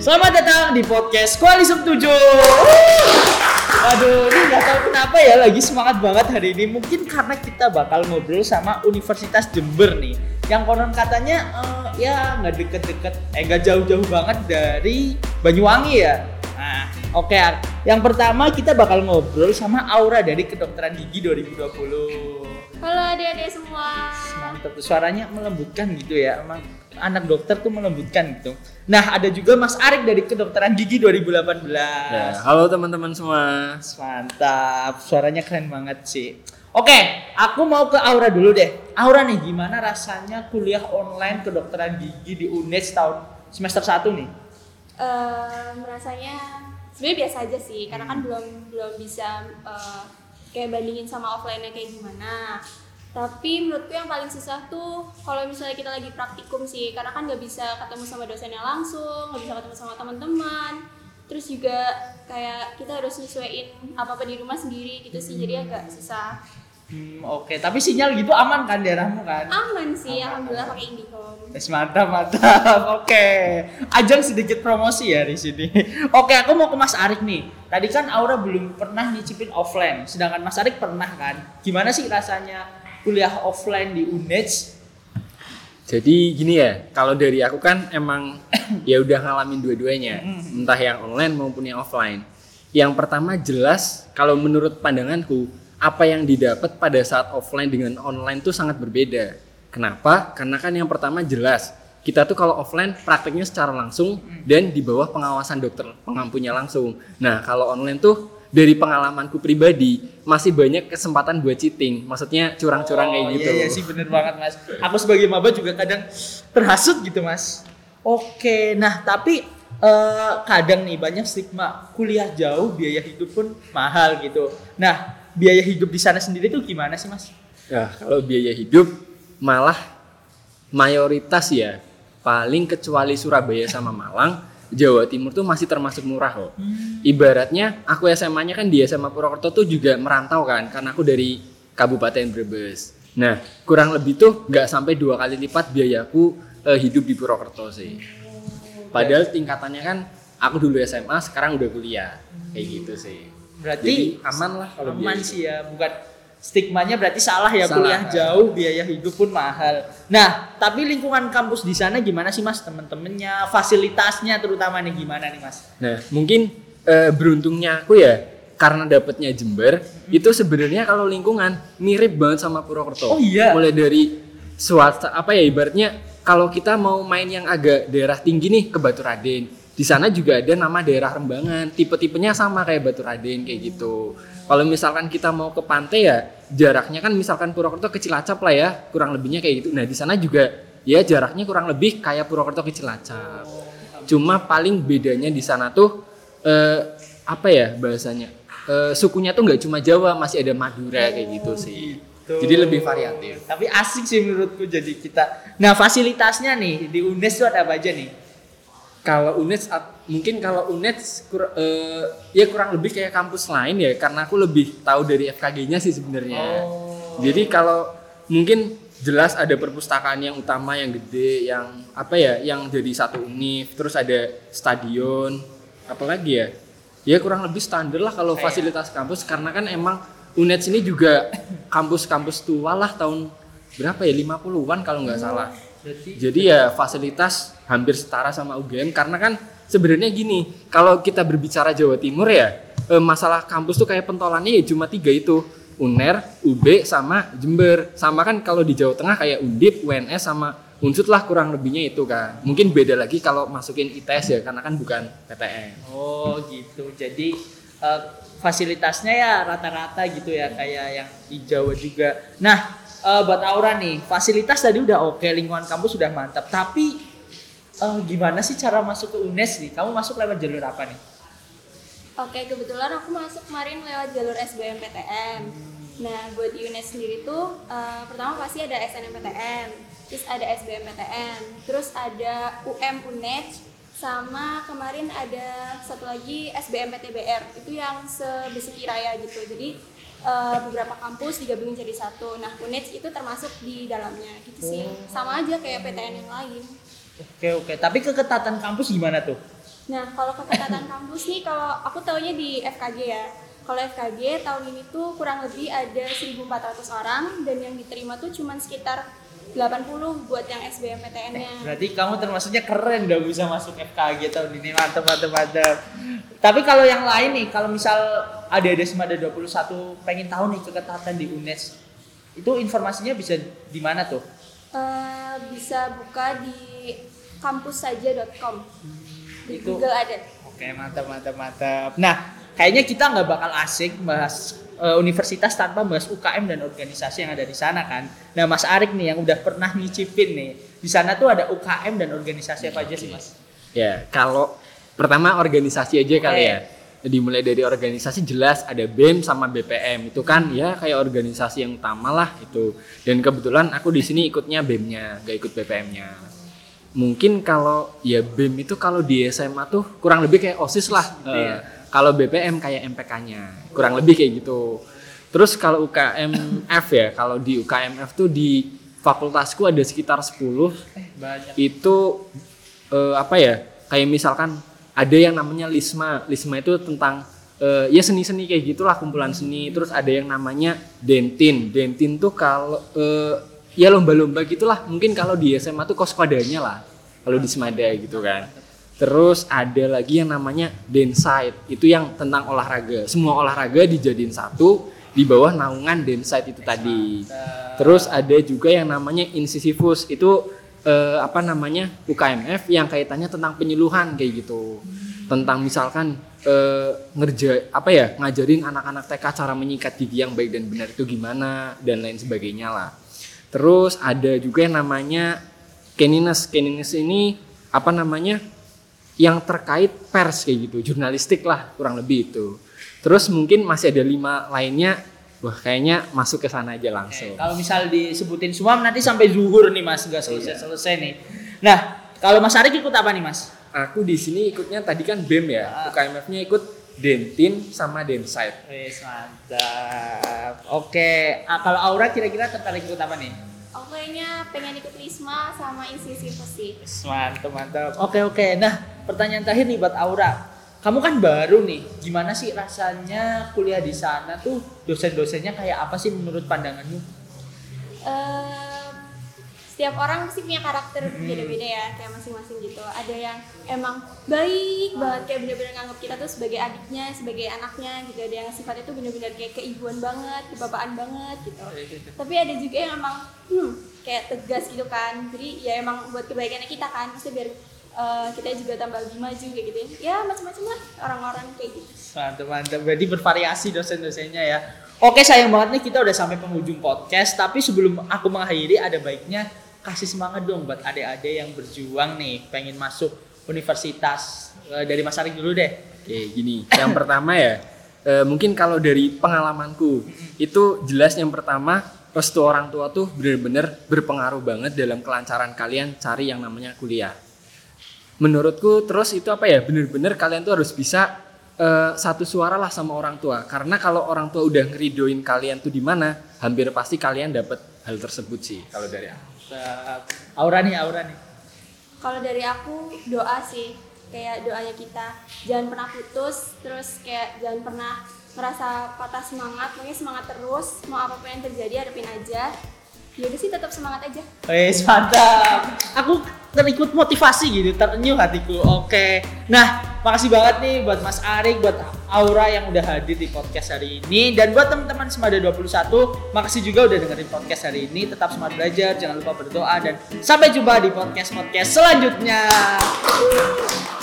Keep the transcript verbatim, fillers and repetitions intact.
Selamat datang di podcast Koalisi tujuh. Aduh, ini nggak tahu kenapa ya lagi semangat banget hari ini. Mungkin karena kita bakal ngobrol sama Universitas Jember nih, yang konon katanya uh, ya nggak deket-deket, eh nggak jauh-jauh banget dari Banyuwangi ya. Nah, oke. Okay. Yang pertama kita bakal ngobrol sama Aura dari Kedokteran Gigi dua ribu dua puluh. Halo adik-adik semua. Mantap, suaranya melembutkan gitu ya. Emang anak dokter tuh melembutkan gitu. Nah, ada juga Mas Arik dari Kedokteran Gigi dua ribu delapan belas. Ya, halo teman-teman semua. Mantap, suaranya keren banget sih. Oke, aku mau ke Aura dulu deh. Aura nih, gimana rasanya kuliah online Kedokteran Gigi di U N E D tahun semester satu nih? Uh, rasanya sebenarnya biasa aja sih, karena kan belum belum bisa uh, kayak bandingin sama offline-nya kayak gimana. Tapi menurutku yang paling susah tuh kalau misalnya kita lagi praktikum sih, karena kan nggak bisa ketemu sama dosennya langsung, nggak bisa ketemu sama teman-teman. Terus juga kayak kita harus nyesuaiin apa-apa di rumah sendiri gitu sih, jadi agak susah. Hmm, oke, okay. Tapi sinyal gitu aman kan daerahmu kan? Aman sih, aman, alhamdulillah aman. pakai IndiHome. Yes, mantap, mantap. Oke, okay. Ajang sedikit promosi ya di sini. Oke, okay, aku mau ke Mas Arik nih. Tadi kan Aura belum pernah nyicipin offline, sedangkan Mas Arik pernah kan? Gimana sih rasanya kuliah offline di U N E D? Jadi gini ya, kalau dari aku kan emang ya udah ngalamin dua-duanya, entah yang online maupun yang offline. Yang pertama jelas, kalau menurut pandanganku, apa yang didapat pada saat offline dengan online tuh sangat berbeda. Kenapa? Karena kan yang pertama jelas, kita tuh kalau offline prakteknya secara langsung dan di bawah pengawasan dokter pengampunya langsung. Nah, kalau online tuh dari pengalamanku pribadi masih banyak kesempatan buat cheating, maksudnya curang-curang oh, kayak gitu. Iya, iya sih bener banget Mas. Aku sebagai maba juga kadang terhasut gitu Mas. Oke, nah tapi uh, kadang nih banyak stigma kuliah jauh biaya hidup pun mahal gitu. Nah, biaya hidup di sana sendiri tuh gimana sih Mas? Ya, kalau biaya hidup malah mayoritas ya, paling kecuali Surabaya sama Malang, Jawa Timur tuh masih termasuk murah loh. Hmm. Ibaratnya aku S M A-nya kan di S M A Purwokerto tuh juga merantau kan, karena aku dari Kabupaten Brebes. Nah, kurang lebih tuh nggak sampai dua kali lipat biayaku eh, hidup di Purwokerto sih. Padahal tingkatannya kan aku dulu S M A, sekarang udah kuliah, kayak gitu sih. Berarti jadi aman lah kalau aman biaya sih ya, bukan stigmanya berarti salah ya, salah. Kuliah jauh biaya hidup pun mahal. Nah, tapi lingkungan kampus di sana gimana sih Mas? Temen-temennya, fasilitasnya terutama nih gimana nih Mas? Nah, mungkin e, beruntungnya aku ya karena dapatnya Jember, hmm. itu sebenarnya kalau lingkungan mirip banget sama Purwokerto. Oh iya. Mulai dari swasta apa ya ibaratnya kalau kita mau main yang agak daerah tinggi nih ke Baturaden. Di sana juga ada nama daerah Rembangan, tipe-tipenya sama kayak Baturaden kayak gitu. Kalau misalkan kita mau ke pantai ya jaraknya kan misalkan Purwokerto ke Cilacap lah ya, kurang lebihnya kayak gitu. Nah di sana juga ya jaraknya kurang lebih kayak Purwokerto ke Cilacap. Cuma paling bedanya di sana tuh eh, apa ya bahasanya, eh, sukunya tuh nggak cuma Jawa, masih ada Madura kayak gitu sih. Jadi lebih variatif. Tapi asik sih menurutku jadi kita. Nah fasilitasnya nih di U N E S tuh ada apa aja nih? Kalau U N E D mungkin kalau U N E D kur, uh, ya kurang lebih kayak kampus lain ya, karena aku lebih tahu dari F K G-nya sih sebenarnya. Oh. Jadi kalau mungkin jelas ada perpustakaan yang utama yang gede, yang apa ya, yang jadi satu univ, terus ada stadion, apalagi ya, ya kurang lebih standar lah kalau fasilitas kampus, karena kan emang U N E D ini juga kampus-kampus tua lah tahun berapa ya, lima puluhan kalau nggak salah. Jadi ya fasilitas hampir setara sama U G M, karena kan sebenarnya gini, kalau kita berbicara Jawa Timur ya eh, masalah kampus tuh kayak pentolannya ya cuma tiga itu, U N E R, U B sama Jember. Sama kan kalau di Jawa Tengah kayak Undip, U N S sama Unsut lah kurang lebihnya itu kan. Mungkin beda lagi kalau masukin I T S ya, karena kan bukan P T N. Oh gitu, jadi uh, fasilitasnya ya rata-rata gitu ya kayak yang di Jawa juga. Nah Uh, buat Aura nih, fasilitas tadi udah oke, lingkungan kampus sudah mantap. Tapi uh, gimana sih cara masuk ke U N E S nih? Kamu masuk lewat jalur apa nih? Oke, kebetulan aku masuk kemarin lewat jalur S B M P T N. Nah, buat di U N E S sendiri tuh uh, pertama pasti ada S N M P T N, terus ada S B M P T N, terus ada U M U N E D, sama kemarin ada satu lagi S B M P T B R, itu yang sebesiki raya gitu. Jadi Uh, beberapa kampus digabungin jadi satu. Nah, U N E D itu termasuk di dalamnya gitu sih. Sama aja kayak P T N yang lain. Oke oke. Tapi keketatan kampus gimana tuh? Nah, kalau keketatan kampus nih, kalau aku taunya di F K G ya. Kalau F K G tahun ini tuh kurang lebih ada seribu empat ratus orang dan yang diterima tuh cuma sekitar delapan puluh buat yang S B M P T N-nya. Eh, berarti kamu termasuknya keren udah bisa masuk F K G tahun ini. Mantap, mantap, mantap. Tapi kalau yang lain nih, kalau misal ada-ada Semada dua puluh satu pengen tahu nih keketatan di U N E S, itu informasinya bisa di mana tuh? Uh, bisa buka di kampussaja dot com. Di Itu. Google ada. Oke, mantap, mantap, mantap. Nah, kayaknya kita nggak bakal asik bahas uh, universitas tanpa bahas U K M dan organisasi yang ada di sana kan. Nah, Mas Arik nih yang udah pernah nyicipin nih, di sana tuh ada U K M dan organisasi apa aja sih, Mas? Ya, kalau pertama organisasi aja kali ya. Dimulai dari organisasi jelas ada B E M sama B P M. Itu kan ya kayak organisasi yang utama lah itu. Dan kebetulan aku di sini ikutnya B E M-nya, gak ikut B P M-nya. Mungkin kalau ya B E M itu kalau di S M A tuh kurang lebih kayak OSIS lah. Uh, kalau B P M kayak M P K-nya. Kurang lebih kayak gitu. Terus kalau U K M F ya, kalau di U K M F tuh di fakultasku ada sekitar sepuluh. Eh, banyak. Itu uh, apa ya? Kayak misalkan ada yang namanya Lisma. Lisma itu tentang uh, ya seni-seni kayak gitulah, kumpulan seni. Terus ada yang namanya Dentin. Dentin tuh kalau uh, ya lomba-lomba gitulah. Mungkin kalau di S M A tuh kospadanya lah. Kalau di Semada gitu kan. Terus ada lagi yang namanya Densite. Itu yang tentang olahraga. Semua olahraga dijadiin satu di bawah naungan Densite itu tadi. Terus ada juga yang namanya Incisivus. Itu Uh, apa namanya U K M F yang kaitannya tentang penyuluhan kayak gitu, tentang misalkan uh, ngerja apa ya ngajarin anak-anak T K cara menyikat gigi yang baik dan benar itu gimana dan lain sebagainya lah. Terus ada juga yang namanya Kenines. Kenines ini apa namanya yang terkait pers kayak gitu, jurnalistik lah kurang lebih itu. Terus mungkin masih ada lima lainnya. Wah, kayaknya masuk ke sana aja langsung. Oke, kalau misal disebutin semua nanti sampai zuhur nih Mas, nggak selesai-selesai nih. Nah, kalau Mas Arik ikut apa nih Mas? Aku di sini ikutnya tadi kan B E M ya. U K M F-nya ikut Dentin sama Densite. Wes, mantap. Oke, ah, kalau Aura kira-kira tertarik ikut apa nih? Aku kayaknya pengen ikut Lisma sama Incisivus sih. Wes, mantap, mantap. Oke, oke. Nah, pertanyaan terakhir nih buat Aura. Kamu kan baru nih, gimana sih rasanya kuliah di sana tuh, dosen-dosennya kayak apa sih menurut pandanganmu? Uh, setiap orang pasti punya karakter beda-beda ya, kayak masing-masing gitu. Ada yang emang baik banget, kayak bener-bener nganggap kita tuh sebagai adiknya, sebagai anaknya gitu. Ada yang sifatnya tuh bener-bener kayak keibuan banget, kebapaan banget gitu. Tapi ada juga yang emang hmm, kayak tegas gitu kan. Jadi ya emang buat kebaikannya kita kan, pasti biar Uh, kita juga tambah lebih maju kayak gitu ya, ya macam-macam lah orang-orang kayak gitu. Mantap, mantap. Berarti bervariasi dosen-dosennya ya. Oke, sayang banget nih kita udah sampai penghujung podcast. Tapi sebelum aku mengakhiri, ada baiknya kasih semangat dong buat adik-adik yang berjuang nih pengen masuk universitas. Uh, dari Mas Arik dulu deh. Oke, gini. Yang pertama ya, uh, mungkin kalau dari pengalamanku itu jelas yang pertama restu orang tua tuh benar-benar berpengaruh banget dalam kelancaran kalian cari yang namanya kuliah. Menurutku terus itu apa ya, bener-bener kalian tuh harus bisa uh, satu suara lah sama orang tua. Karena kalau orang tua udah ngeridoin kalian tuh di mana, hampir pasti kalian dapat hal tersebut sih kalau dari aku. Uh, Aura nih, Aura nih. Kalau dari aku doa sih, kayak doanya kita jangan pernah putus, terus kayak jangan pernah merasa patah semangat, pokoknya semangat terus, mau apapun yang terjadi hadapin aja. Ya udah sih tetap semangat aja. Wes, mantap. Aku terikut motivasi gitu, terenyuh hatiku. Oke. Nah, makasih banget nih buat Mas Arik, buat Aura yang udah hadir di podcast hari ini, dan buat teman-teman Semada dua puluh satu, makasih juga udah dengerin podcast hari ini. Tetap semangat belajar, jangan lupa berdoa, dan sampai jumpa di podcast-podcast selanjutnya.